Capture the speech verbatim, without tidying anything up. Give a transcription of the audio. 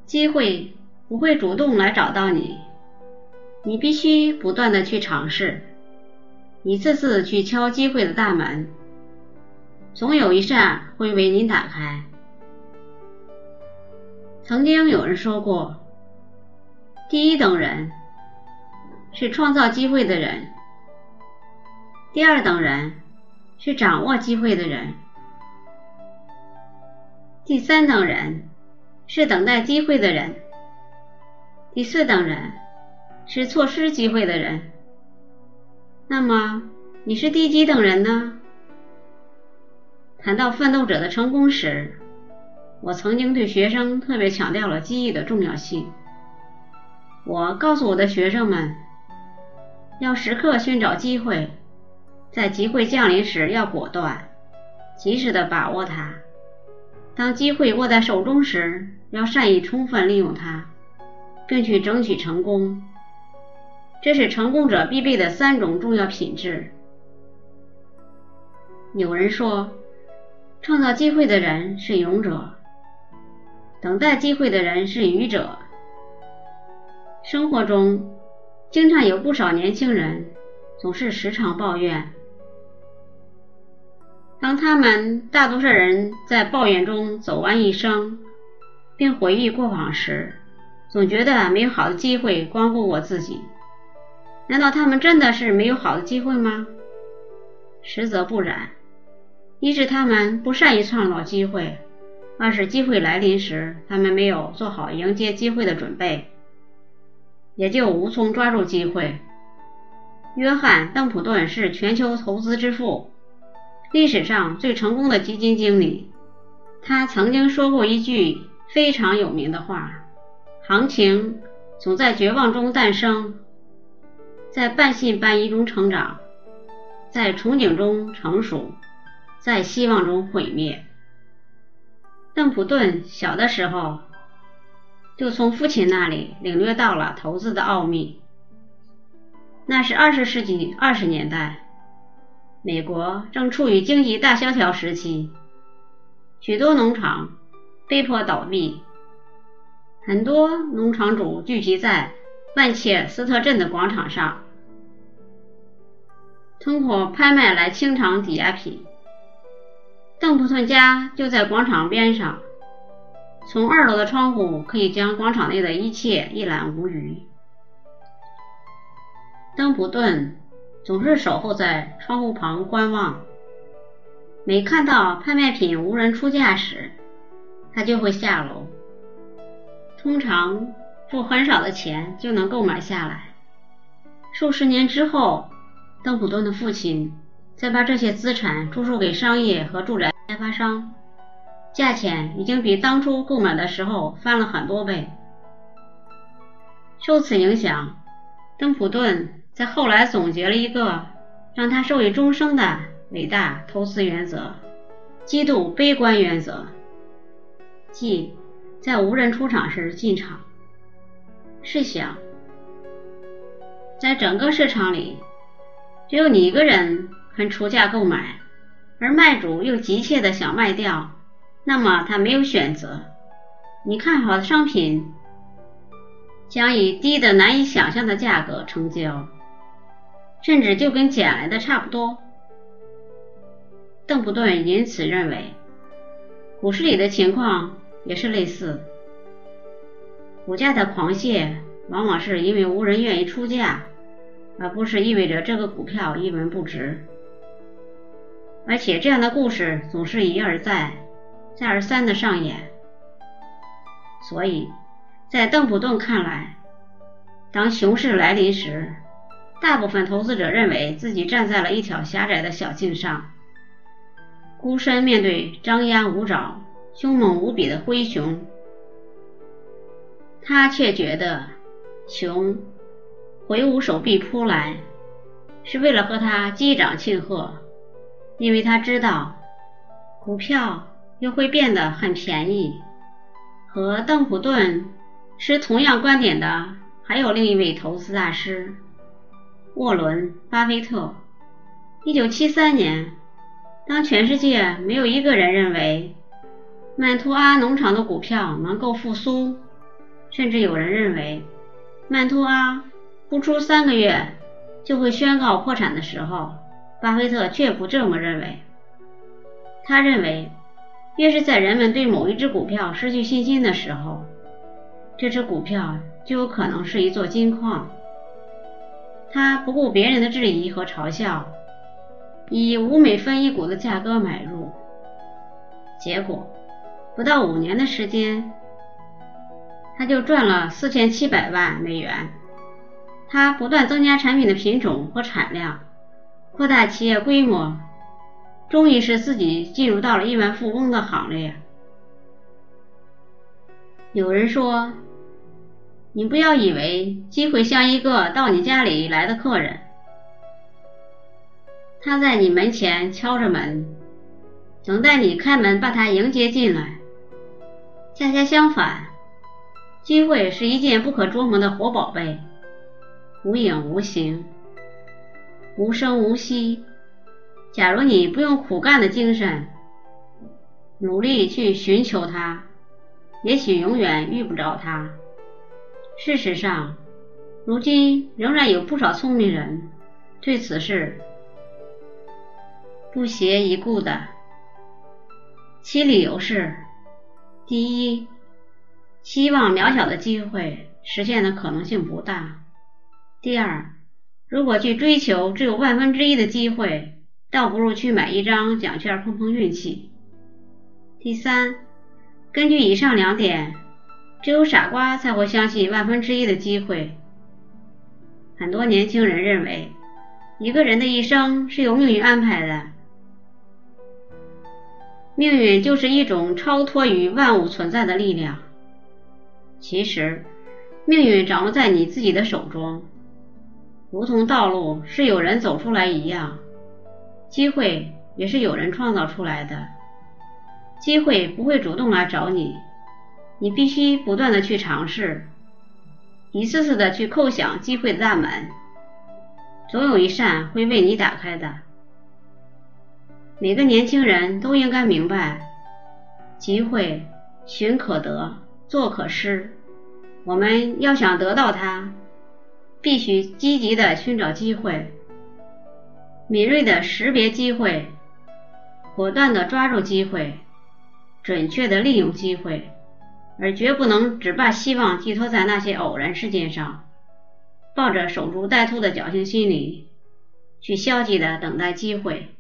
机会不会主动来找到你，你必须不断的去尝试，一次次去敲机会的大门，总有一扇会为您打开。曾经有人说过，第一等人是创造机会的人，第二等人是掌握机会的人，第三等人是等待机会的人，第四等人是错失机会的人。那么你是第几等人呢？谈到奋斗者的成功时，我曾经对学生特别强调了机遇的重要性。我告诉我的学生们，要时刻寻找机会，在机会降临时要果断，及时的把握它。当机会握在手中时，要善于充分利用它，并去争取成功。这是成功者必备的三种重要品质。有人说，创造机会的人是勇者，等待机会的人是愚者。生活中经常有不少年轻人总是时常抱怨，当他们大多数人在抱怨中走完一生，并回忆过往时，总觉得没有好的机会光顾我自己。难道他们真的是没有好的机会吗？实则不然，一是他们不善于创造机会，二是机会来临时，他们没有做好迎接机会的准备，也就无从抓住机会。约翰·邓普顿是全球投资之父，历史上最成功的基金经理。他曾经说过一句非常有名的话：行情总在绝望中诞生，在半信半疑中成长，在憧憬中成熟，在希望中毁灭。邓普顿小的时候就从父亲那里领略到了投资的奥秘。那是二十世纪二十年代，美国正处于经济大萧条时期，许多农场被迫倒闭，很多农场主聚集在曼彻斯特镇的广场上，通过拍卖来清偿抵押品。邓普顿家就在广场边上，从二楼的窗户可以将广场内的一切一览无余。邓普顿总是守候在窗户旁观望，每看到拍卖品无人出价时，他就会下楼，通常付很少的钱就能购买下来。数十年之后，邓普顿的父亲再把这些资产出售给商业和住宅开发商，价钱已经比当初购买的时候翻了很多倍。受此影响，邓普顿在后来总结了一个让他受益终生的伟大投资原则——极度悲观原则，即在无人出场时进场。试想，在整个市场里，只有你一个人肯出价购买，而卖主又急切地想卖掉，那么他没有选择。你看好的商品将以低的难以想象的价格成交，甚至就跟捡来的差不多。邓普顿因此认为，股市里的情况也是类似，股价的狂泻往往是因为无人愿意出价，而不是意味着这个股票一文不值。而且这样的故事总是一而再再而三的上演。所以在邓普顿看来，当熊市来临时，大部分投资者认为自己站在了一条狭窄的小径上，孤身面对张牙舞爪、凶猛无比的灰熊。他却觉得熊挥舞手臂扑来，是为了和他击掌庆贺，因为他知道股票又会变得很便宜。和邓普顿持同样观点的还有另一位投资大师沃伦·巴菲特。一九七三年，当全世界没有一个人认为曼图阿农场的股票能够复苏， 甚至有人认为曼图阿不出三个月就会宣告破产的时候，巴菲特却不这么认为。他认为越是在人们对某一只股票失去信心的时候，这只股票就有可能是一座金矿。他不顾别人的质疑和嘲笑，以五美分一股的价格买入，结果不到五年的时间，他就赚了四千七百万美元。他不断增加产品的品种和产量，扩大企业规模，终于使自己进入到了亿万富翁的行列。有人说，你不要以为机会像一个到你家里来的客人，他在你门前敲着门，等待你开门把他迎接进来。恰恰相反，机会是一件不可捉摸的活宝贝，无影无形，无声无息。假如你不用苦干的精神努力去寻求它，也许永远遇不着它。事实上，如今仍然有不少聪明人对此事不屑一顾的。其理由是：第一，希望渺小的机会实现的可能性不大；第二，如果去追求只有万分之一的机会，倒不如去买一张奖券碰碰运气；第三，根据以上两点，只有傻瓜才会相信万分之一的机会。很多年轻人认为，一个人的一生是由命运安排的，命运就是一种超脱于万物存在的力量。其实，命运掌握在你自己的手中，如同道路是有人走出来一样，机会也是有人创造出来的。机会不会主动来找你，你必须不断的去尝试，一次次的去叩响机会的大门，总有一扇会为你打开的。每个年轻人都应该明白，机会寻可得，做可失。我们要想得到它，必须积极的寻找机会，敏锐的识别机会，果断的抓住机会，准确的利用机会，而绝不能只把希望寄托在那些偶然事件上，抱着守株待兔的侥幸心理去消极的等待机会。